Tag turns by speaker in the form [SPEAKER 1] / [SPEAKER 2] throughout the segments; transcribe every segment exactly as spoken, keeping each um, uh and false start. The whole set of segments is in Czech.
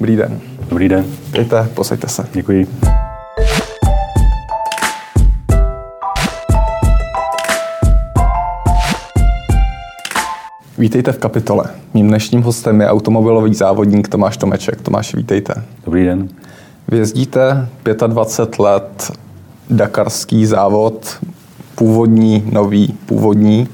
[SPEAKER 1] Dobrý den.
[SPEAKER 2] Dobrý den.
[SPEAKER 1] Víte, posaďte se.
[SPEAKER 2] Děkuji.
[SPEAKER 1] Vítejte v Kapitole. Mým dnešním hostem je automobilový závodník Tomáš Tomeček. Tomáš, vítejte.
[SPEAKER 2] Dobrý den.
[SPEAKER 1] Vy jezdíte dvacet pět let dakarský závod, původní, nový, původní.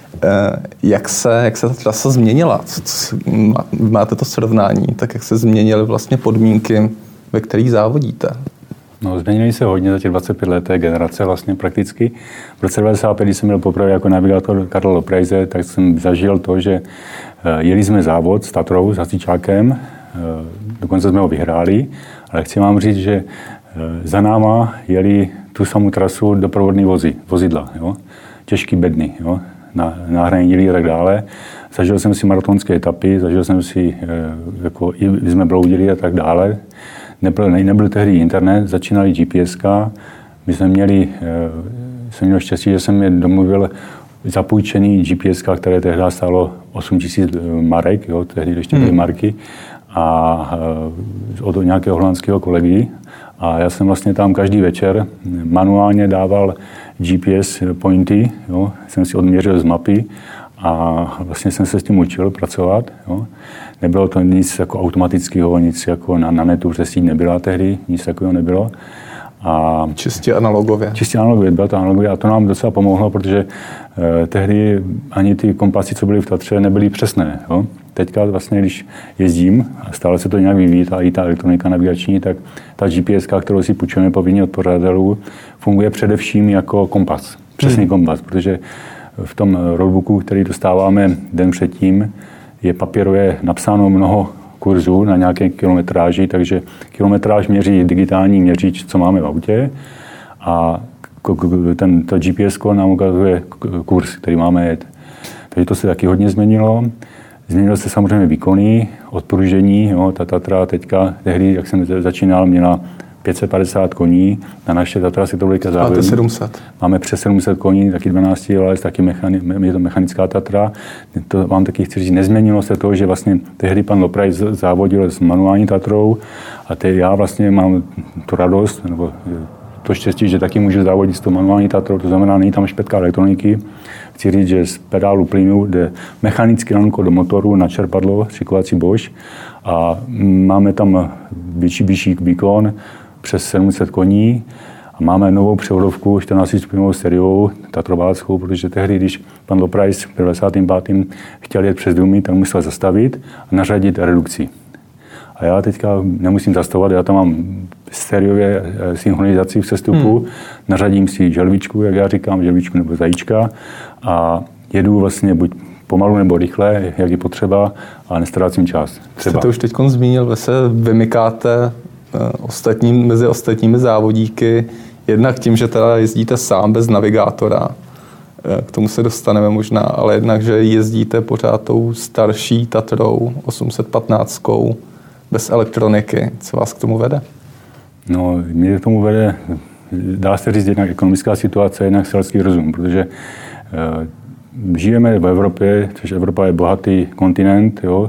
[SPEAKER 1] Jak se, jak se ta trasa změnila? Co, co, máte to srovnání? Tak jak se změnily vlastně podmínky, ve kterých závodíte?
[SPEAKER 2] No, změnily se hodně za těch dvacet pět let té generace vlastně prakticky. V roce devadesát pět, když jsem byl poprvé jako navigátor Karla Loprajze, tak jsem zažil to, že jeli jsme závod s Tatrou, s hasičákem, dokonce jsme ho vyhráli, ale chci vám říct, že za náma jeli tu samou trasu doprovodný vozy, vozidla, jo? Těžký bedny, jo? Na náhradní díly a tak dále. Zažil jsem si maratonské etapy, zažil jsem si, jako i jsme bloudili a tak dále. Nebyl, nebyl tehdy internet, začínali G P S ka. My jsme měli, jsem měl štěstí, že jsem je domluvil zapůjčený G P S ka, které tehdy stálo osm tisíc marek, jo, tehdy ještě byly marky, a od nějakého holandského kolegy. A já jsem vlastně tam každý večer manuálně dával G P S pointy, jo, jsem si odměřil z mapy a vlastně jsem se s tím učil pracovat. Jo. Nebylo to nic jako automatického, nic jako na, na netu, že síť nebyla tehdy, nic takového nebylo. A
[SPEAKER 1] čistě analogově.
[SPEAKER 2] Čistě analogově, byla to analogově a to nám docela pomohlo, protože eh, tehdy ani ty kompasy, co byly v Tatře, nebyly přesné. Jo. Teďka vlastně, když jezdím, a stále se to nějak vyvíjí, ta, i ta elektronika navigační, tak ta G P S ka, kterou si půjčujeme povinně od pořadatelů, funguje především jako kompas, přesný hmm. kompas, protože v tom roadbooku, který dostáváme den předtím, je papírově napsáno mnoho kurzů na nějaké kilometráži, takže kilometráž měří digitální měřič, co máme v autě, a ten, to G P S ko nám ukazuje kurz, který máme jet. Takže to se taky hodně změnilo. Změnilo se samozřejmě výkony, odpružení. Jo, ta Tatra teďka, tehdy, jak jsem začínal, měla pět set padesát koní. Na naše Tatra si to veliká závodní.
[SPEAKER 1] Máte sedm set.
[SPEAKER 2] Máme přes sedm set koní, taky dvanáct les, taky mechani, je to mechanická Tatra. To vám taky chci říct, nezměnilo se to, že vlastně tehdy pan Loprajz závodil s manuální Tatrou a teď já vlastně mám tu radost, nebo to štěstí, že taky můžu závodit s tou manuální Tatrou, to znamená, není tam špetka elektroniky. Chci říct, že z pedálu plynu jde mechanický lanko do motoru na čerpadlo, střikovací Bosch, a máme tam větší, vyšší výkon, přes sedm set koní, a máme novou převodovku čtrnáctistupňovou sériovou tatrováckou, protože tehdy, když pan Loprajz v devadesátém pátém chtěl jet přes Dumy, tak musel zastavit a nařadit redukci. A já teďka nemusím zastavovat, já tam mám sériově synchronizaci v sestupu, hmm. nařadím si želvičku, jak já říkám, želvičku nebo zajíčka, a jedu vlastně buď pomalu nebo rychle, jak je potřeba, a nestrácím čas.
[SPEAKER 1] Jste to už teď zmínil, vy se vymykáte ostatním, mezi ostatními závodíky, jednak tím, že teda jezdíte sám bez navigátora, k tomu se dostaneme možná, ale jednak, že jezdíte pořád tou starší Tatrou osm set patnáct bez elektroniky. Co vás k tomu vede?
[SPEAKER 2] No, mě k tomu vede, dá se říct, jednak ekonomická situace, jednak selský rozum, protože e, žijeme v Evropě, což Evropa je bohatý kontinent, jo,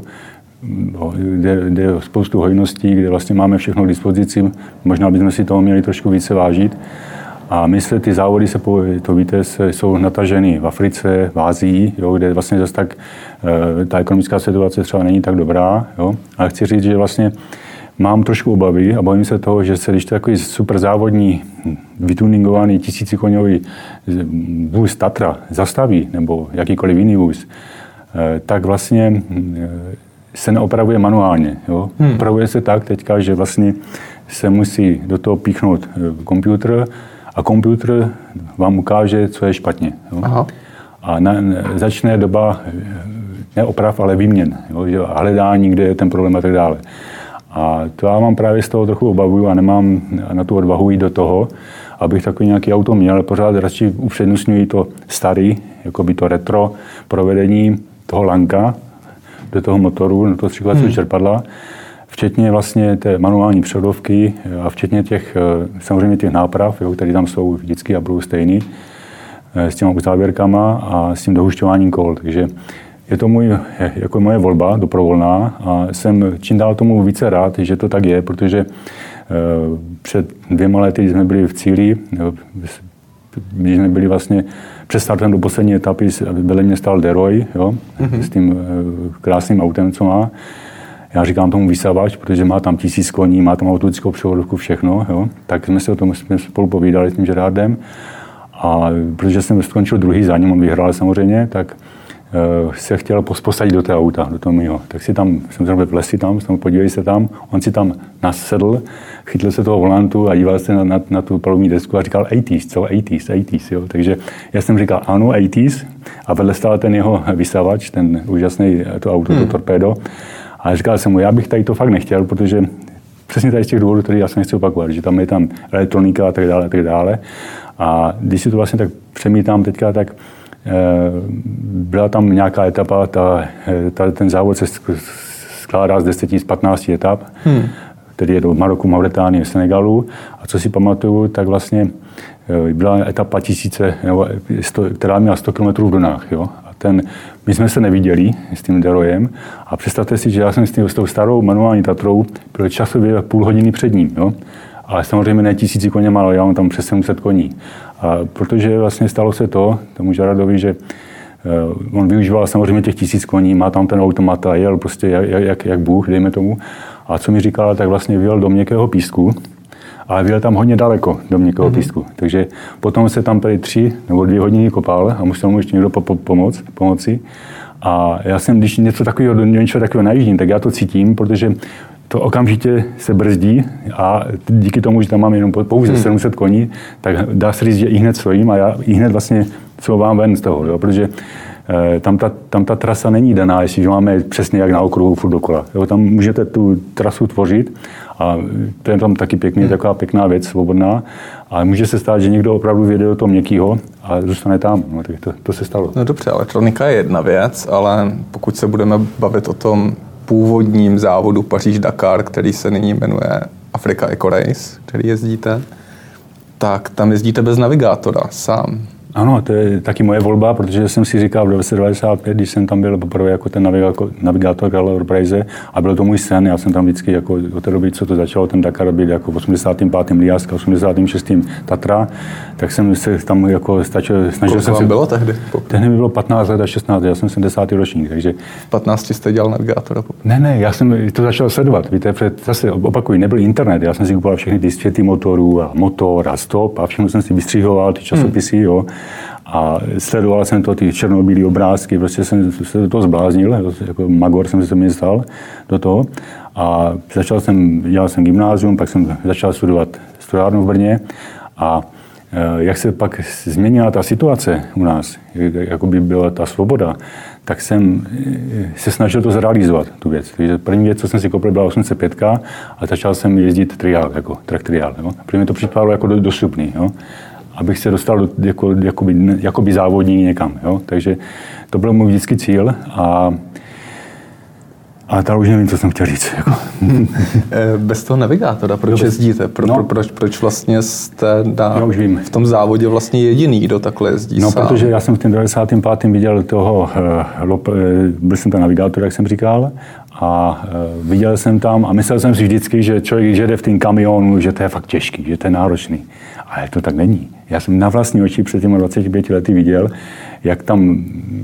[SPEAKER 2] kde, kde je spoustu hojností, kde vlastně máme všechno k dispozici, možná bychom si toho měli trošku více vážit. A myslím, ty závody, se, to víte, jsou nataženy v Africe, v Asii, jo, kde vlastně zase tak e, ta ekonomická situace třeba není tak dobrá. Jo. Ale chci říct, že vlastně mám trošku obavy a bojím se toho, že se, když takový super závodní, vytuningovaný tisícikoňový vůz Tatra zastaví, nebo jakýkoliv jiný vůz, e, tak vlastně e, se neopravuje manuálně. Jo. Hmm. Opravuje se tak teďka, že vlastně se musí do toho píchnout počítač, a počítač vám ukáže, co je špatně. Jo. Aha. A na, začne doba ne oprav, ale výměn. Jo, hledání, kde je ten problém a tak dále. A to já mám právě z toho trochu obavu a nemám na tu odvahu jít do toho, abych takový nějaký auto měl. Pořád radši upřednostňuji to starý, jako by to retro provedení toho lanka do toho motoru, do toho střikovacího hmm. čerpadla, včetně vlastně té manuální převodovky a včetně těch, samozřejmě těch náprav, jo, které tam jsou vždycky a budou stejný, s těma závěrkama a s tím dohušťováním kol. Takže je to můj, jako moje volba dobrovolná a jsem čím dál tomu více rád, že to tak je, protože před dvěma lety, když jsme byli v cíli, když jsme byli vlastně před startem do poslední etapy, vedle mě stál Deroy, jo, mm-hmm. s tím krásným autem, co má. Já říkám tomu vysavač, protože má tam tisíc koní, má tam automatickou převodovku, všechno, jo. Tak jsme se o tom jsme spolu povídali s tím Gerardem. A protože jsem skončil druhý za ním, on vyhrál samozřejmě, tak uh, se chtěl posadit do té auta, do toho mýho. Tak si tam, jsem řekl v lesi tam, podívej se tam, on si tam nasedl, chytl se toho volantu a díval se na, na, na tu palubní desku a říkal osmdesátých, co? osmdesátých, osmdesátých, jo. Takže já jsem říkal ano, osmdesátých a vedle stál ten jeho vysavač, ten úžasný to auto, hmm. to torpédo. A říkal jsem mu, já bych tady to fakt nechtěl, protože přesně tady z těch důvodů, které já se nechci opakovat, že tam je tam elektronika a tak dále, a tak dále. A když si to vlastně tak přemítám teďka, tak e, byla tam nějaká etapa, ta, ta, ten závod se skládá z deseti, z patnácti etap, hmm. tedy je do Maroku, Mauritánie, Senegalu. A co si pamatuju, tak vlastně e, byla etapa tisíce, nebo sto, která měla sto kilometrů v Dunách. Jo? A ten, my jsme se neviděli s tím Deroyem a představte si, že já jsem s, tím, s tou starou manuální Tatrou byl časově půl hodiny před ním. Jo? Ale samozřejmě ne tisíci koněma, ale já mám tam přes sedm set koní. A protože vlastně stalo se to, tomu Gerardovi, že uh, on využíval samozřejmě těch tisíc koní, má tam ten automat a jel prostě jak, jak, jak Bůh, dejme tomu. A co mi říkala, tak vlastně vyjel do měkkého písku, ale vyjel tam hodně daleko do měkkého mm-hmm. písku. Takže potom se tam tady tři nebo dvě hodiny kopal a musel mu ještě někdo po, po, pomoct, pomoci. A já jsem, když něco takového, do něčeho takového najíždím, tak já to cítím, protože to okamžitě se brzdí a díky tomu, že tam mám jenom pouze hmm. sedm set koní, tak dá se říct, že i hned stojím a já i hned vlastně couvám ven z toho, jo, protože eh, tam, ta, tam ta trasa není daná, jestliže máme přesně jak na okruhu furt dokola. Jo, tam můžete tu trasu tvořit a to je tam taky pěkný, hmm. taková pěkná věc, svobodná. A může se stát, že někdo opravdu vyjede do toho měkkýho a zůstane tam. No, tak to, to se stalo.
[SPEAKER 1] No dobře, elektronika je jedna věc, ale pokud se budeme bavit o tom původním závodu Paříž-Dakar, který se nyní jmenuje Africa Eco Race, který jezdíte, tak tam jezdíte bez navigátora, sám.
[SPEAKER 2] Ano, to je taky moje volba, protože jsem si říkal v devatenáct devadesát pět, když jsem tam byl poprvé jako ten navigátor, navigátor Karla Praise a byl to můj sen, já jsem tam vždycky jako od té doby, co to začalo, ten Dakar byl jako v osmdesátém pátém Liaska, osmdesátém šestém Tatra, tak jsem se tam jako stačil, snažil
[SPEAKER 1] Kolik
[SPEAKER 2] jsem
[SPEAKER 1] se... bylo tehdy?
[SPEAKER 2] Tehdy mi bylo patnáct let a šestnáct, já jsem sedmdesátý ročník, takže...
[SPEAKER 1] V patnácti jste dělal navigátora?
[SPEAKER 2] Ne, ne, já jsem to začal sledovat, víte, před, zase opakuju, nebyl internet, já jsem si kupoval všechny ty světy motorů a motor a stop a všechno jsem si vystřihoval, ty časopisy, hmm. jo. A sledoval jsem to, ty černobílé obrázky, prostě jsem se do toho zbláznil, jako magor jsem se mě stal do toho. A začal jsem, dělal jsem gymnázium, pak jsem začal studovat strojárnu v Brně a jak se pak změnila ta situace u nás, jako by byla ta svoboda, tak jsem se snažil to zrealizovat, tu věc. Takže první věc, co jsem si koupil, byla osm set pět a začal jsem jezdit triál, jako track triál. První mě to připadalo jako dostupný, jo? Abych se dostal do, jako, jakoby, jakoby závodní někam. Jo? Takže to byl můj vždycky cíl a, a tady už nevím, co jsem chtěl říct. Jako.
[SPEAKER 1] Bez toho navigátora, proč
[SPEAKER 2] jo,
[SPEAKER 1] jezdíte? Pro,
[SPEAKER 2] no.
[SPEAKER 1] pro, proč, proč vlastně jste dá,
[SPEAKER 2] už vím.
[SPEAKER 1] v tom závodě vlastně jediný, kdo takhle jezdí
[SPEAKER 2] No,
[SPEAKER 1] sám?
[SPEAKER 2] protože já jsem v tom devadesátém pátém viděl toho, byl jsem ten navigátor, jak jsem říkal, a viděl jsem tam a myslel jsem si vždycky, že člověk, když jede v tom kamionu, že to je fakt těžký, že to je náročný. Ale to tak není. Já jsem na vlastní oči před těmi dvaceti pěti lety viděl, jak tam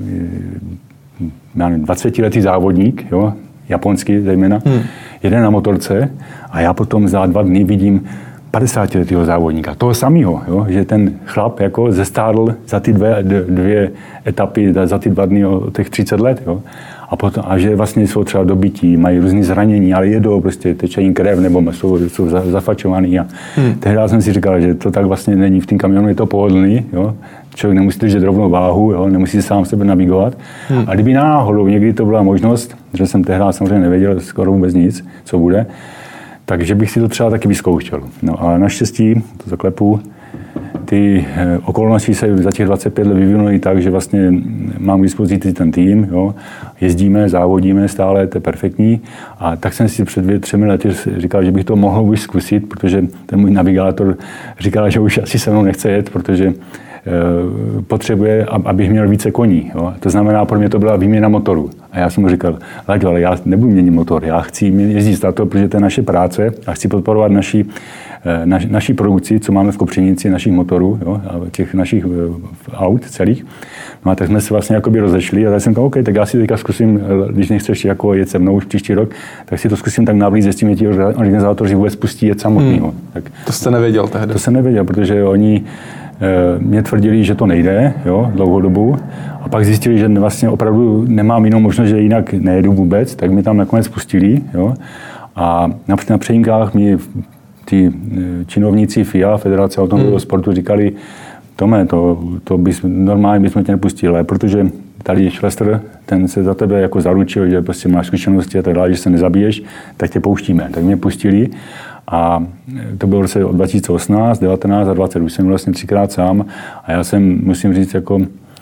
[SPEAKER 2] dvacetiletý závodník, jo, japonský zejména, hmm. jede na motorce a já potom za dva dny vidím padesátiletého závodníka, toho samého, jo, že ten chlap jako zestárl za ty dvě, dvě etapy, za ty dva dny o těch třicet let. Jo. A, potom, a že vlastně jsou třeba dobytí, mají různé zranění, ale jedou, prostě teče jim krev nebo jsou, jsou zafačovaný. A hmm. tehdy jsem si říkal, že to tak vlastně není v tom kamionu, je to pohodlný. Jo. Člověk nemusí držet rovnou váhu, jo, nemusí sám sebe navigovat. Hmm. A kdyby náhodou někdy to byla možnost, že jsem tehdy samozřejmě nevěděl skoro vůbec nic, co bude, takže bych si to třeba taky vyzkoušel. No a naštěstí, to zaklepu, ty okolnosti se za těch dvacet pět let vyvinuly tak, že vlastně mám k dispozici ten tým, jo, jezdíme, závodíme stále, to je perfektní. A tak jsem si před dvě, třemi lety říkal, že bych to mohl už zkusit, protože ten můj navigátor říkal, že už asi se mnou nechce jet, protože potřebuje, abych měl více koní. Jo? To znamená, pro mě to byla výměna motoru. A já jsem mu říkal, Láďo, ale já nebudu měnit motor, já chci jezdit za to, protože to je naše práce a chci podporovat naši, naš, naši produkci, co máme v Kopřivnici, našich motorů, jo? A těch našich aut celých. No a tak jsme se vlastně jakoby rozešli a tak jsem říkal, OK, tak já si teďka zkusím, když nechceš jako jet se mnou už příští rok, tak si to zkusím tak navlít, s tím ti organizátor, že vůbec pustí jet samotný. Hmm. Tak,
[SPEAKER 1] to jste nevěděl tehdy?
[SPEAKER 2] To jsem nevěděl, protože oni mě tvrdili, že to nejde, jo, dlouhou dobu. A pak zjistili, že vlastně opravdu nemám jinou možnost, že jinak nejedu vůbec, tak mi tam nakonec pustili. Jo. A na, na přejímkách mi ty činovníci F I A, Federace automobilového hmm. sportu, říkali, Tome, to, to bys, normálně bychom tě nepustili, protože tady Schlester, ten se za tebe jako zaručil, že prostě máš zkušenosti a tak dále, že se nezabiješ, tak tě pouštíme. Tak mě pustili. A to bylo v roce dva tisíce osmnáct, devatenáct a dvacet. Už jsem vlastně třikrát sám a já jsem, musím říct, jako,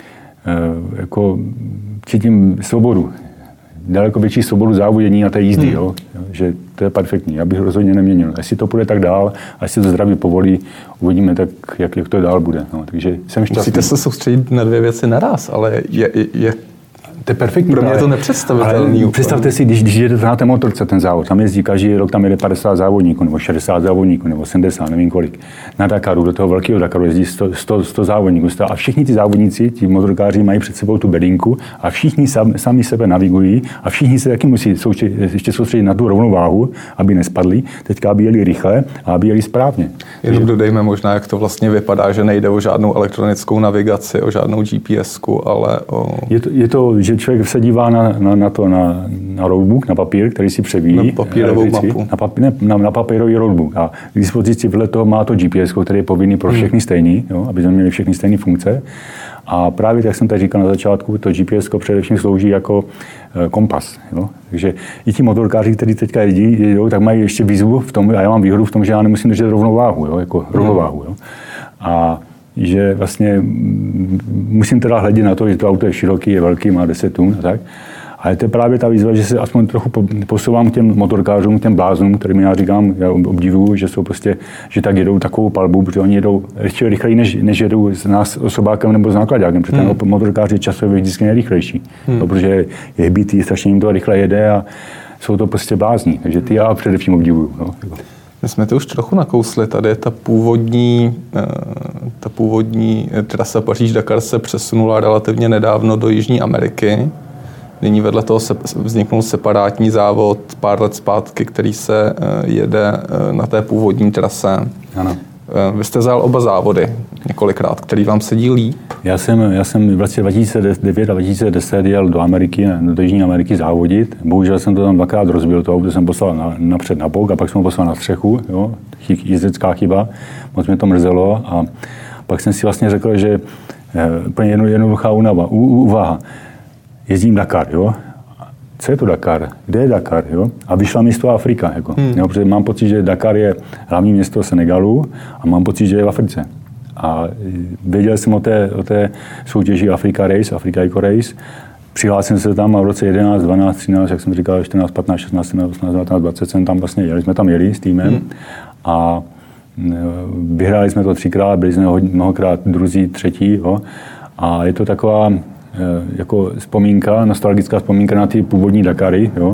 [SPEAKER 2] jako cítím svobodu. Daleko větší svobodu závodění a té jízdy, hmm. jo? Že to je perfektní. Já bych rozhodně neměnil. Jestli to půjde tak dál, a jestli to zdraví povolí, uvidíme, tak, jak, jak to dál bude. No, takže jsem šťastný.
[SPEAKER 1] Musíte se soustředit na dvě věci naraz, ale je, je
[SPEAKER 2] to je perfektní.
[SPEAKER 1] Pro mě je to nepředstavitelný.
[SPEAKER 2] Představte si, když, když jedete na té motorce ten závod, tam jezdí každý rok, tam jede padesát závodníků, nebo šedesát závodníků, nebo sedmdesát, nevím kolik. Na Dakaru, do toho velkého Dakaru jezdí sto, sto, sto závodníků. A všichni ty závodníci, ti motorkáři mají před sebou tu bedinku a všichni sam, sami sebe navigují a všichni se taky musí součet, ještě soustředit na tu rovnováhu, aby nespadli, teďka aby jeli rychle a aby jeli správně.
[SPEAKER 1] Jenom dodejme možná, jak to vlastně vypadá, že nejde o žádnou elektronickou navigaci, o žádnou G P S ku, ale o...
[SPEAKER 2] Je to, je to, že člověk se dívá na, na, na to, na, na roadbook, na papír, který si převíjí.
[SPEAKER 1] Na papírovou mapu.
[SPEAKER 2] Na, papí, ne, na, na papírový roadbook. A k dispozici vedle toho má to G P S, který je povinný pro všechny hmm. stejný, jo, aby jsme měli všechny stejné funkce. A právě, jak jsem tady říkal na začátku, to G P S především slouží jako e, kompas. Jo. Takže i ti motorkáři, kteří teďka jedí, jedou, tak mají ještě výzvu v tom, a já mám výhodu v tom, že já nemusím držet rovnováhu, jo, jako hmm. rovnováhu. Jo. A že vlastně musím teda hledět na to, že to auto je široký, je velký, má deset tun a tak. Ale to je právě ta výzva, že se aspoň trochu posouvám k těm motorkářům, k těm bláznům, kterým já říkám, já obdivuju, že jsou prostě, že tak jedou takovou palbu, protože oni jedou ještě rychleji, než, než jedou s nás osobákem nebo s nákladákem, protože hmm. ten motorkář je časově vždycky nejrychlejší, hmm. no, protože je hbitý, strašně jim to rychle jede a jsou to prostě blázní, takže ty já především obdivuju. No.
[SPEAKER 1] My jsme to už trochu nakousli, tady ta původní, ta původní trasa Paříž-Dakar se přesunula relativně nedávno do Jižní Ameriky. Nyní vedle toho se vzniknul separátní závod pár let zpátky, který se jede na té původní trase.
[SPEAKER 2] Ano.
[SPEAKER 1] Vy jste vzal oba závody několikrát, který vám sedí líp?
[SPEAKER 2] Já jsem, já jsem v roce dva tisíce devět a dva tisíce deset jel do Ameriky, do Jižní Ameriky závodit. Bohužel jsem to tam dvakrát rozbil, to auto jsem poslal na, napřed na bok a pak jsem ho poslal na střechu. Jo? Jezdecká chyba, moc mě to mrzelo. A pak jsem si vlastně řekl, že úplně jednoduchá úvaha. Jezdím Dakar, jo? Co je to Dakar? Kde je Dakar? Jo? A vyšla mi z toho Afrika. Jako. Hmm. Jo, protože mám pocit, že Dakar je hlavní město Senegalu a mám pocit, že je v Africe. A věděl jsem o té, o té soutěži Africa Race, Africa Eco Race. Přihlásil jsem se tam a v roce jedenáct, dvanáct, třináct, jak jsem říkal, čtrnáct, patnáct, šestnáct, sedmnáct, osmnáct, devatenáct, dvacet jsem tam vlastně jeli. Jsme tam jeli s týmem hmm. a vyhráli jsme to třikrát, byli jsme mnohokrát druzí, třetí. Jo? A je to taková jako vzpomínka, nostalgická vzpomínka na ty původní Dakary, jo.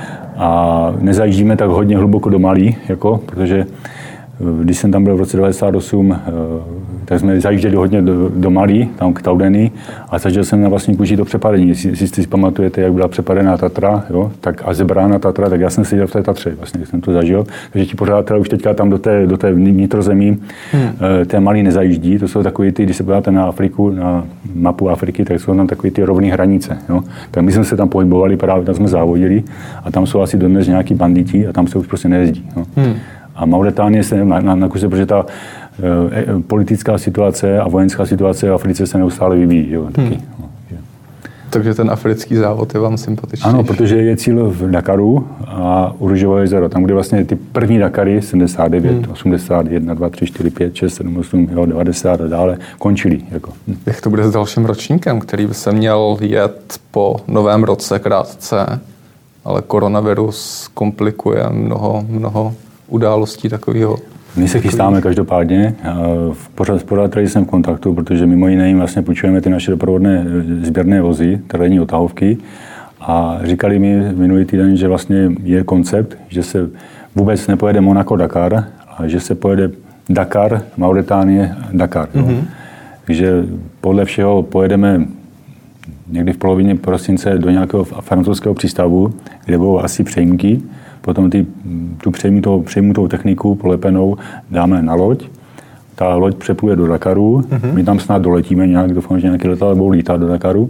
[SPEAKER 2] A nezajíždíme tak hodně hluboko do Mali, jako, protože když jsem tam byl v roce devadesát osm, tak jsme zajížděli hodně do, do Mali, tam k Taudeny, a zažil jsem na vlastní kůži to přepadení. Jestli, jestli si pamatujete, jak byla přepadená Tatra, jo, tak a zebrána Tatra, tak já jsem seděl v té Tatře, vlastně jsem to zažil. Takže ti pořadatelé už teďka tam do té, do té vnitrozemí hmm. té Mali nezajíždí. To jsou takový ty, když se podíváte na Afriku, na mapu Afriky, tak jsou tam takový ty rovné hranice. Jo. Tak my jsme se tam pohybovali, právě tam jsme závodili a tam jsou asi dodnes nějaký banditi a tam se už prostě nejezdí. Jo. Hmm. A Mauritánie se na, na, na kuse, protože ta e, politická situace a vojenská situace v Africe se neustále vyvíjí. Jo, taky, hmm. no,
[SPEAKER 1] Takže ten africký závod je vám sympatičný?
[SPEAKER 2] Ano, protože je cíl v Dakaru a u Růžového jezero, tam, kde vlastně ty první Dakary, sedmdesát devět, hmm. osmdesát jedna, dva, tři, čtyři, pět, šest, sedm, osm, devadesát a dále, končily. Jako. Hm.
[SPEAKER 1] Jak to bude s dalším ročníkem, který by se měl jet po novém roce krátce, ale koronavirus komplikuje mnoho, mnoho událostí takového
[SPEAKER 2] My se chystáme každopádně. V pořád s pořadateli jsem v kontaktu, protože mimo jiné jim vlastně půjčujeme ty naše doprovodné sběrné vozy, terénní otahovky. A říkali mi minulý týden, že vlastně je koncept, že se vůbec nepojede Monaco-Dakar, ale že se pojede Dakar, Mauritánie, Dakar. Mm-hmm. Takže podle všeho pojedeme někdy v polovině prosince do nějakého francouzského přístavu, kde budou asi přejímky. Potom ty, tu přejmutou, přejmutou techniku polepenou dáme na loď. Ta loď přepluje do Dakaru. Mm-hmm. My tam snad doletíme nějak, doufám, že nějaké letadla budou lítat do Dakaru.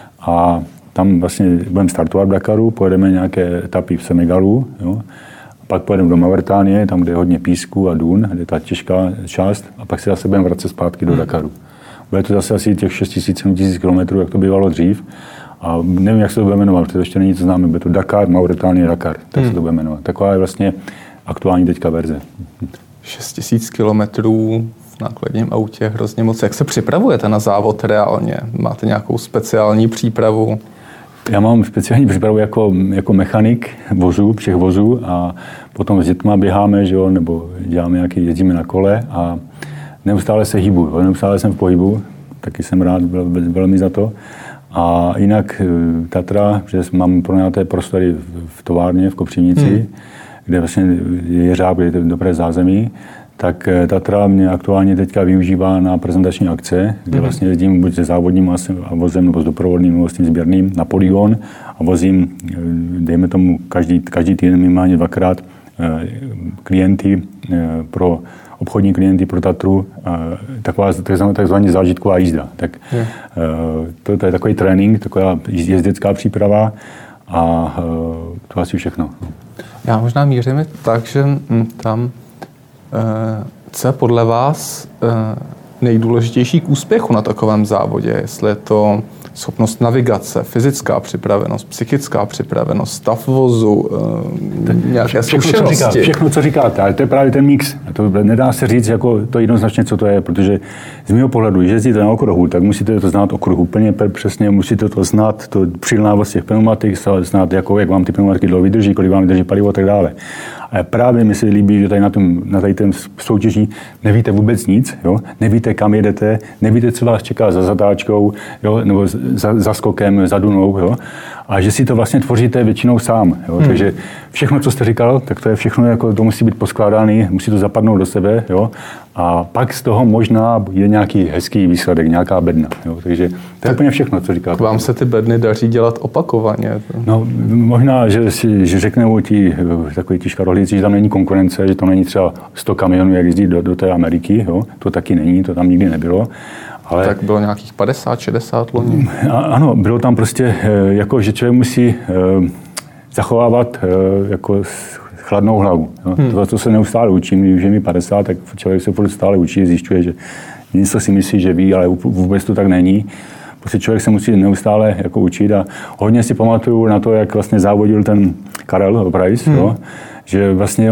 [SPEAKER 2] A tam vlastně budeme startovat v Dakaru, pojedeme nějaké etapy v Senegalu. Jo. Pak pojedeme do Mauritánie, tam, kde je hodně písku a dun, kde je ta těžká část. A pak se zase budeme vracet zpátky do Dakaru. Bude to zase asi těch šest tisíc, sedm tisíc kilometrů, jak to bývalo dřív. A nevím, jak se to bude jmenovat, protože to ještě není to známe. Bude to Dakar, Mauritánie, Dakar, tak hmm. se to bude jmenovat. Taková je vlastně aktuální teďka verze.
[SPEAKER 1] šest tisíc kilometrů v nákladním autě, hrozně moc. Jak se připravujete na závod reálně? Máte nějakou speciální přípravu?
[SPEAKER 2] Já mám speciální přípravu jako, jako mechanik vozů, všech vozů a potom s dětma běháme, že jo, nebo děláme nějaký, jezdíme na kole a neustále se hýbu. Neustále jsem v pohybu, taky jsem rád, vel, velmi za to. A jinak Tatra, že mám pronajaté prostory v továrně v Kopřivnici, hmm. kde vlastně je jeřáb, kde je dobré zázemí, tak Tatra mě aktuálně teďka využívá na prezentační akce, kde vlastně jezdím buď se závodním vozem nebo s doprovodným nebo s tím sběrným na polygon a vozím, dejme tomu, každý, každý týden minimálně dvakrát klienty pro obchodní klienty pro Tatru, taková takzvaná zážitková jízda. Tak je. To, to je takový trénink, taková jezdecká příprava a to asi všechno.
[SPEAKER 1] Já možná mířím tak, že tam co je podle vás nejdůležitější k úspěchu na takovém závodě, jestli je to schopnost navigace, fyzická připravenost, psychická připravenost, stav vozu, nějaké zkušenosti.
[SPEAKER 2] Všechno, co všechno, co říkáte, ale to je právě ten mix. To nedá se říct jako to jednoznačně, co to je, protože z mého pohledu, když jezdíte na okruhu, tak musíte to znát okruh úplně přesně, musíte to znát, to přilnávost těch pneumatik, znát, jako, jak vám ty pneumatiky dlouho vydrží, kolik vám vydrží palivo a tak dále. A právě mi se líbí, že tady na tom, na tady ten soutěží nevíte vůbec nic, jo? Nevíte, kam jedete, nevíte, co vás čeká za zatáčkou, jo? Nebo za, za skokem, za dunou, jo? A že si to vlastně tvoříte většinou sám. Jo? Hmm. Takže všechno, co jste říkal, tak to je všechno, jako to musí být poskládáno, musí to zapadnout do sebe, jo? A pak z toho možná je nějaký hezký výsledek, nějaká bedna. Jo? Takže to je úplně všechno, co říkáte.
[SPEAKER 1] Vám se ty bedny daří dělat opakovaně?
[SPEAKER 2] No, možná, že si že řeknou ti takový ti škarohlíci, že tam není konkurence, že tam není třeba sto kamionů, jak jezdí do, do té Ameriky. Jo? To taky není, to tam nikdy nebylo.
[SPEAKER 1] Ale tak bylo nějakých padesát, šedesát loni?
[SPEAKER 2] Ano, bylo tam prostě, jako, že člověk musí zachovávat jako chladnou hlavu. Hmm. To, to se neustále učím, když je mi padesát, tak člověk se furt stále učí, zjišťuje, že něco si myslí, že ví, ale vůbec to tak není. Prostě člověk se musí neustále jako učit a hodně si pamatuju na to, jak vlastně závodil ten Karel Price, hmm. jo, že vlastně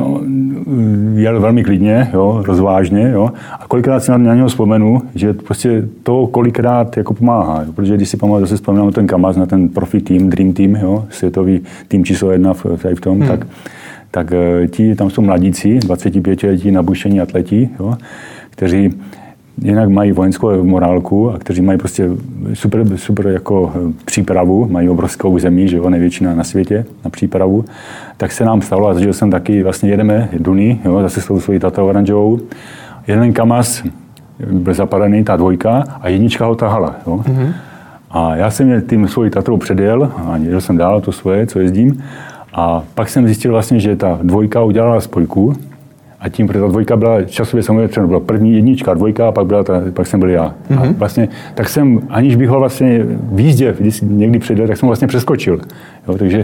[SPEAKER 2] jel velmi klidně, jo, rozvážně, jo, a kolikrát si na něho vzpomenu, že prostě to kolikrát jako pomáhá, jo, protože když si pamatuju, že si vzpomínám na ten Kamaz, na ten profi tým, Dream Team, jo, světový tým číslo jedna v, v tom, hmm. tak, tak ti tam jsou mladíci, dvacetipětiletí nabušení atleti, jo, kteří jinak mají vojenskou morálku a kteří mají prostě super, super jako přípravu, mají obrovskou zemi, že jo, největší na, na světě na přípravu, tak se nám stalo, a zažil jsem taky, vlastně jedeme Duny, jo, zase s tou svojí Tatrou oranžovou, jeden Kamaz byl zapadaný, ta dvojka, a jednička ho tahala, jo. Mm-hmm. A já jsem tím svojí Tatrou předjel a jel jsem dál to svoje, co jezdím, a pak jsem zjistil vlastně, že ta dvojka udělala spojku. A tím, protože ta dvojka byla časově samozřejmě třeba byla první jednička, dvojka a pak, byla ta, pak jsem byl já. Mm-hmm. A vlastně, tak jsem, aniž bych ho vlastně v jízdě, když někdy předjel, tak jsem ho vlastně přeskočil. Jo, takže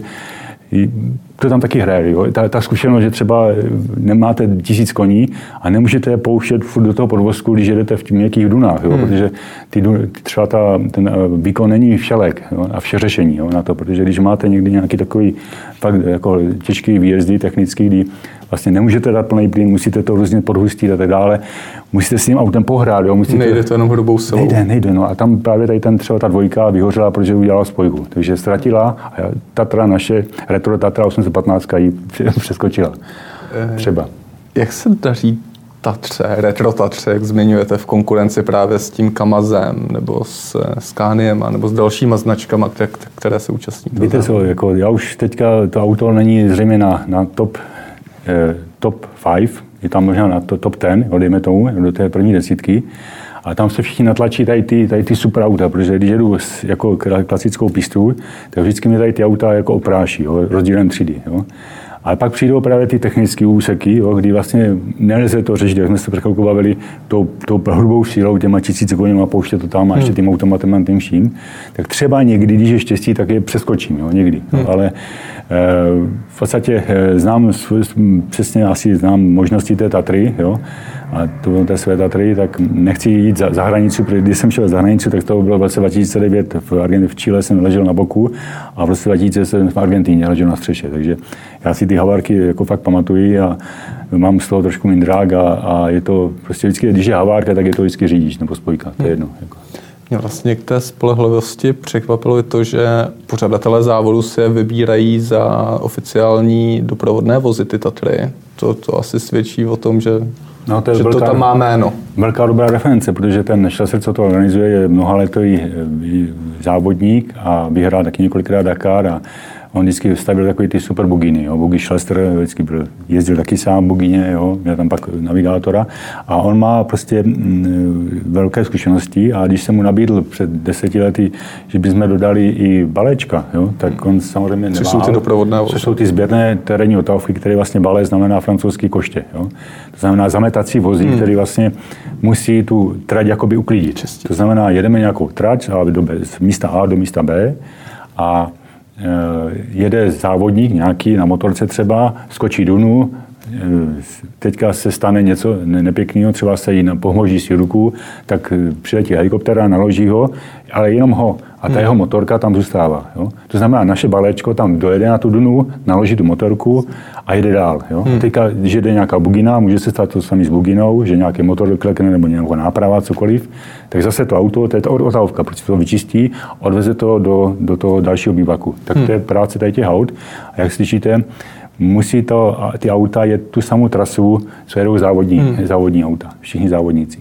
[SPEAKER 2] to tam taky hraje. Jo. Ta, ta zkušenost, že třeba nemáte tisíc koní a nemůžete pouštět furt do toho podvozku, když jedete v měkkých dunách, jo, hmm. protože ty, třeba ta, ten výkon není všelek, jo, a vše řešení, jo, na to, protože když máte někdy nějaký takový fakt jako těžký výjezdy technický, kdy vlastně nemůžete dát plný plyn, musíte to různě podhustit a tak dále, musíte s tím autem pohrát. Jo, musíte,
[SPEAKER 1] nejde to jenom hrubou silou.
[SPEAKER 2] Nejde, nejde. No. A tam právě tady ten, třeba ta dvojka vyhořela, protože udělala spojku. Takže ztratila a Tatra naše, retro Tatra osm set patnáct ji přeskočila. Třeba.
[SPEAKER 1] Jak se daří Tatře, retro Tatře, jak zmiňujete, v konkurenci právě s tím Kamazem nebo s Scániem nebo s dalšíma značkama, které, které se účastní.
[SPEAKER 2] Víte co, jako já už teďka to auto není zřejmě na, na top, eh, top pět, je tam možná na to, top deset, dejme tomu, do té první desítky. A tam se všichni natlačí tady ty, tady ty super auta, protože když jedu s, jako klasickou pistu, tak vždycky mi tady ty auta jako opráší, jo, rozdílem třídy. Jo. Ale pak přijdou právě ty technické úseky, jo, kdy vlastně nelze to řešit, jak jsme se před chvilkou bavili, tou, tou hrubou sílou, těma tisíci koněma pouštět to tam a ještě tím automatem a tím vším. Tak třeba někdy, když je štěstí, tak je přeskočím, jo, někdy. Hmm. Jo, ale e, v podstatě e, znám, přesně asi znám možnosti té Tatry, jo, a to, té své Tatry, tak nechci jít za, za hranici, protože když jsem šel za hranici, tak to bylo v roce dva tisíce devět v, Argent, v Chile jsem ležel na boku a v roce dva tisíce sedm v Argentíně ležel na střeše, takže já si ty havárky jako fakt pamatuji a mám z toho trošku mindrák a, a je to prostě vždycky, když je havárka, tak je to vždycky řidič nebo spojka, to je jedno. Jako.
[SPEAKER 1] Mě vlastně k té spolehlivosti překvapilo i to, že pořadatelé závodu si je vybírají za oficiální doprovodné vozy ty Tatry. To, to asi svědčí o tom, že, no, to, že velká, to tam má jméno.
[SPEAKER 2] Velká dobrá reference, protože ten Schlesser, co to organizuje, je mnohaletý závodník a vyhrál taky několikrát Dakar a on vždycky stavil takový ty super buginy, jo. Bugy Schlesser vždycky byl, jezdil taky sám bugině, jo, měl tam pak navigátora a on má prostě m, velké zkušenosti a když jsem mu nabídl před deseti lety, že bychom dodali i balečka, jo, tak on samozřejmě neváhal.
[SPEAKER 1] Což jsou ty doprovodné vozy.
[SPEAKER 2] Což jsou ty sběrné terénní otávky, které vlastně balé znamená francouzský koště, jo. To znamená zametací vozy, hmm. který vlastně musí tu trať jakoby uklidit. Čistě. To znamená, jedeme nějakou trať do B, z místa A do místa B a jede závodník nějaký na motorce třeba, skočí dunu, teďka se stane něco nepěkného, třeba se jí pohmoží si ruku, tak přiletí helikoptéra, naloží ho, ale jenom ho. A ta jeho motorka tam zůstává. Jo? To znamená, naše balečko tam dojede na tu dunu, naloží tu motorku a jede dál. Jo? Hmm. Teďka, když jede nějaká bugina, může se stát to samý s buginou, že nějaký motor klekne nebo nějaká náprava, cokoliv, tak zase to auto, to je ta otávka, protože to vyčistí, odveze to do, do toho dalšího bývaku. Tak hmm. to je práce tady těch aut. A jak slyšíte, musí to, ty auta jet tu samou trasu, co jedou závodní, hmm. závodní auta, všichni závodníci.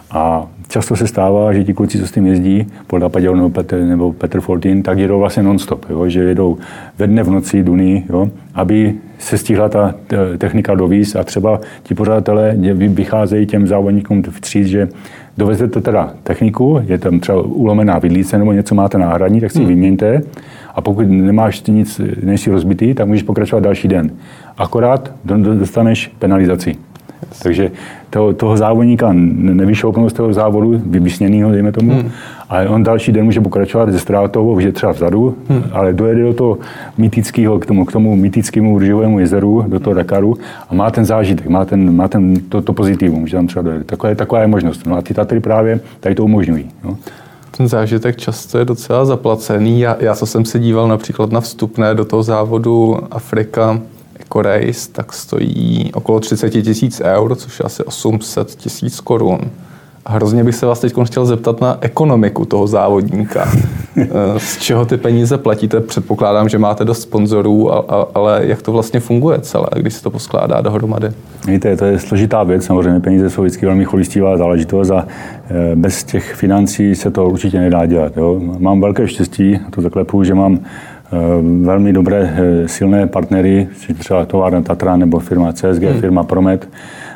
[SPEAKER 2] A často se stává, že ti kluci, co s tím jezdí, Polda Paděl nebo Petr, nebo Petr Foltin, tak jedou vlastně non-stop, jo? Že jedou ve dne v noci duny, jo? Aby se stihla ta technika dovíz a třeba ti pořadatelé vycházejí těm závodníkům vstříc, že dovezete teda techniku, je tam třeba ulomená vidlice nebo něco máte náhradní, tak si ji hmm. vyměňte a pokud nemáš nic, nejsi rozbitý, tak můžeš pokračovat další den. Akorát dostaneš penalizaci. Takže toho, toho závodníka nevyšoupnou z toho závodu, vysněnýho, dejme tomu, hmm. ale on další den může pokračovat ze ztrátou, už je třeba vzadu, hmm. ale dojede do toho mytického, k tomu, k tomu mytickému růžovému jezeru, do toho Dakaru a má ten zážitek, má, ten, má ten, to, to pozitivum, že tam třeba dojede. Taková, taková je možnost. No a ty Tatry právě tady to umožňují. No.
[SPEAKER 1] Ten zážitek často je docela zaplacený. Já, já co jsem se díval například na vstupné do toho závodu Afrika Eco Race, tak stojí okolo třicet tisíc eur, což je asi osm set tisíc korun. A hrozně bych se vás teď chtěl zeptat na ekonomiku toho závodníka. Z čeho ty peníze platíte? Předpokládám, že máte dost sponzorů, ale jak to vlastně funguje celé, když se to poskládá dohromady?
[SPEAKER 2] Víte, to je složitá věc, samozřejmě peníze jsou vždycky velmi cholistivá záležitost a bez těch financí se to určitě nedá dělat. Jo? Mám velké štěstí, to zaklepuju, že mám velmi dobré silné partnery, třeba továrna Tatra nebo firma C S G, hmm. firma Promet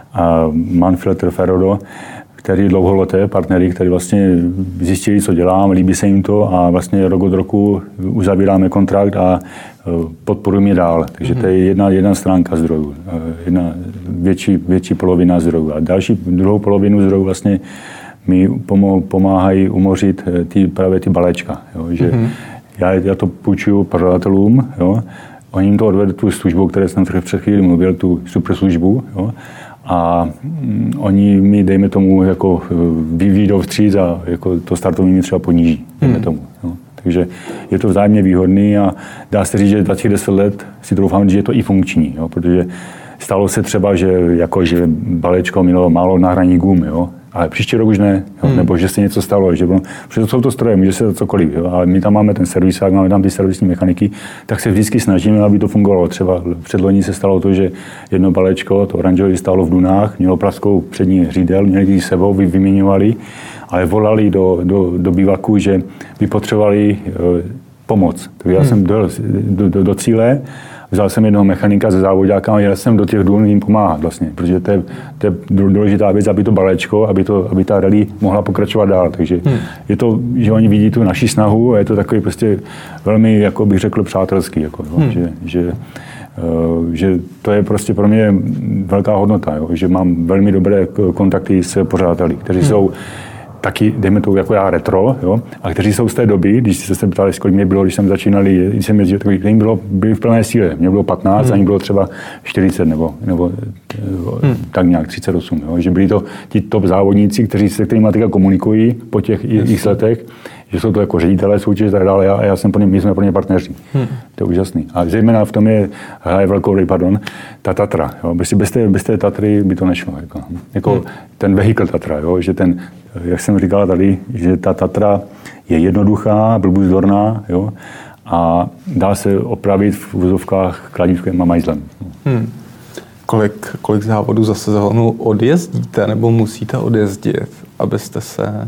[SPEAKER 2] a Manfilter Ferrodo, který dlouholeté partnery, kteří vlastně zjistili, co dělám, líbí se jim to a vlastně rok od roku uzavíráme kontrakt a podporujeme je dál. Takže to je jedna, jedna stránka zdrojů, jedna větší, větší polovina zdrojů. A další, druhou polovinu zdrojů vlastně mi pomáhají umořit ty, právě ty balečka. Jo, že mm-hmm. já, já to půjčuju pořadatelům, jo, oni jim to odvedou tu službu, které jsem před chvíli mluvil, tu super službu, jo, a mm, oni mi, dejme tomu, jako vyjdou vstříc a jako to startovní třeba poníží, dejme tomu. Jo. Takže je to vzájemně výhodný a dá se říct, že za těch deset let si doufám, že je to i funkční, jo, protože stalo se třeba, že, jako, že balečko mělo málo náhradní gum, jo, ale příští rok už ne, jo, hmm. nebo že se něco stalo, že protože jsou to stroje, může se to cokoliv, jo, ale my tam máme ten servisák, máme tam ty servisní mechaniky, tak se vždycky snažíme, aby to fungovalo. Třeba předloni se stalo to, že jedno balečko, to oranžové stálo v Dunách, mělo plaskou přední řídel, měli ji sebou, vyměňovali, ale volali do, do, do bivaku, že by potřebovali e, pomoc. Tak já hmm. jsem dojel do, do, do cíle, vzal jsem jednoho mechanika ze závodáka a jel jsem do těch důl jim pomáhat vlastně, protože to je, to je důležitá věc, aby to balečko, aby, to, aby ta rally mohla pokračovat dál. Takže hmm. je to, že oni vidí tu naši snahu a je to takový prostě velmi, jako bych řekl, přátelský. Jako, hmm. že, že, uh, že to je prostě pro mě velká hodnota, jo, že mám velmi dobré kontakty s pořadateli, kteří hmm. jsou taky, dejme to jako já, retro, jo, a kteří jsou z té doby, když jste se ptali, kolik mě bylo, když jsem začínal, když jsem jezdil, tak jim bylo, byli v plné síle. Mně bylo patnáct, hmm. a jim bylo třeba čtyřicet nebo, nebo hmm. tak nějak třicet osm. Jo, že byli to ti top závodníci, kteří se kterými teďka komunikují po těch jejich letech, že jsou to jako ředitelé soutěže a tak dále, a já jsem pro ně, my jsme pro ně partneři. Hmm. To je úžasný. A zejména v tom je, hraje velkou roli, pardon, ta Tatra. Jo. Bez, bez, té, bez té Tatry by to nešlo. Jako, jako hmm. ten vehikl Tatra, jo, že ten, jak jsem říkal tady, že ta Tatra je jednoduchá, blbůzdorná, jo, a dá se opravit v vozovkách kladívkem a majzlem.
[SPEAKER 1] Hmm. Kolik, kolik závodů za sezónu odjezdíte nebo musíte odjezdit, abyste se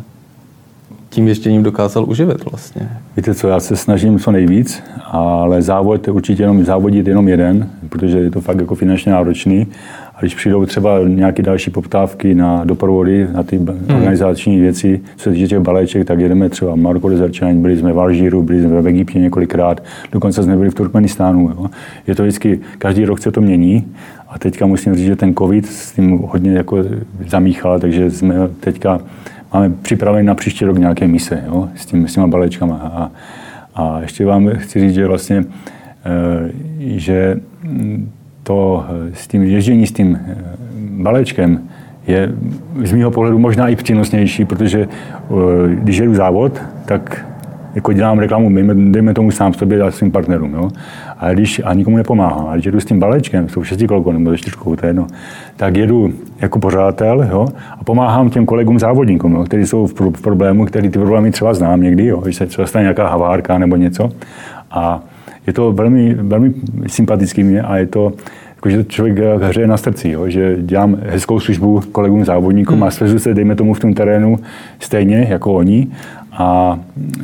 [SPEAKER 1] tím jezděním dokázal uživit vlastně?
[SPEAKER 2] Víte co, já se snažím co nejvíc, ale závod je určitě jenom závodit jenom jeden, protože je to fakt jako finančně náročný. A když přijdou třeba nějaké další poptávky na doprovody, na ty hmm. organizační věci, co se týče těch baleček, tak jedeme třeba Maroko de Zarčaň, byli jsme v Alžíru, byli jsme v Egyptě několikrát, dokonce jsme byli v Turkmenistánu. Jo. Je to vždycky, každý rok se to mění a teďka musím říct, že ten covid s tím hodně jako zamíchal, takže jsme teďka máme připravené na příští rok nějaké mise, jo, s, tím, s těma balečkama. A, a ještě vám chci říct, že vlastně, e, že to s tím ježdění s tím balečkem je z mého pohledu možná i přínosnější, protože když jedu závod, tak jako dělám reklamu, dejme tomu sám sobě a svým partnerům, jo. A když a nikomu nepomáhám. A když jedu s tím balečkem, s tou šestikolkou nebo se čtyřkou, to je jedno, tak jedu jako pořadatel, jo, a pomáhám těm kolegům závodníkům, jo, kteří jsou v, pro, v problému, který ty problémy třeba znám někdy, jo, když se třeba stane nějaká havárka nebo něco. A je to velmi, velmi sympatický mě a je to, jako, že člověk hřeje na srdci, jo, že dělám hezkou službu kolegům závodníkům hmm. a svezu se, dejme tomu, v tom terénu stejně jako oni a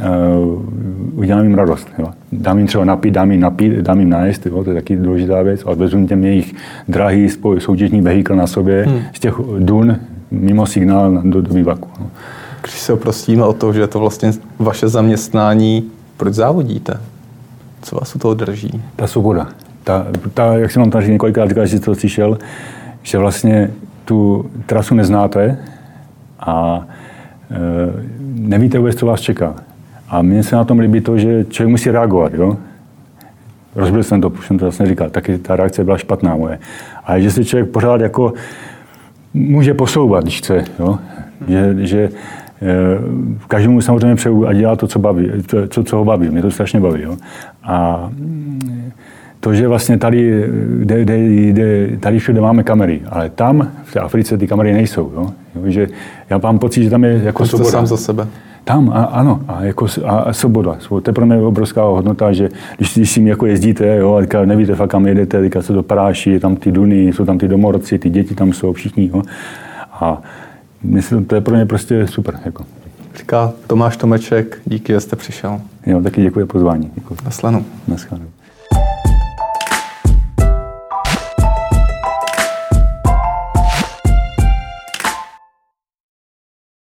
[SPEAKER 2] uh, udělám jim radost. Jo. Dám jim třeba napít, dám jim napít, dám jim najíst, jo, to je taky důležitá věc. A odvezu těm jejich drahý soutěžní vehikl na sobě hmm. z těch dun mimo signál do, do bivaku. No.
[SPEAKER 1] Když se oprostíme o to, že je to vlastně vaše zaměstnání, proč závodíte? Co vás u toho drží?
[SPEAKER 2] Ta svoboda. Ta, ta, jak jsem vám tady několikrát říkal, že jsi to slyšel, že vlastně tu trasu neznáte a e, nevíte vůbec, co vás čeká. A mně se na tom líbí to, že člověk musí reagovat. Jo? Rozbil jsem to, už jsem to vlastně říkal, taky ta reakce byla špatná moje. Ale že se člověk pořád jako může posouvat, když chce. Jo? Že, že každému samozřejmě přeju a dělá to, co, baví, co, co ho baví. Mě to strašně baví. Jo? A to, že vlastně tady, de, de, de, tady všude máme kamery, ale tam v té Africe ty kamery nejsou. Jo? Jo, že já mám pocit, že tam je jako
[SPEAKER 1] svoboda. Sám za sebe.
[SPEAKER 2] Tam, a, ano, a, jako, a, a svoboda. To je pro mě obrovská hodnota, že když, když si mi jako jezdíte, jo, a teďka nevíte fakt, kam jedete, teďka se to práší, tam ty duny, jsou tam ty domorodci, ty děti tam jsou, všichni. Jo? A myslím, to je pro mě prostě super. Jako.
[SPEAKER 1] Říká Tomáš Tomeček, díky, že jste přišel.
[SPEAKER 2] Jo, taky děkuji za pozvání. Děkuji.
[SPEAKER 1] Naschledanou.
[SPEAKER 2] Naschledanou.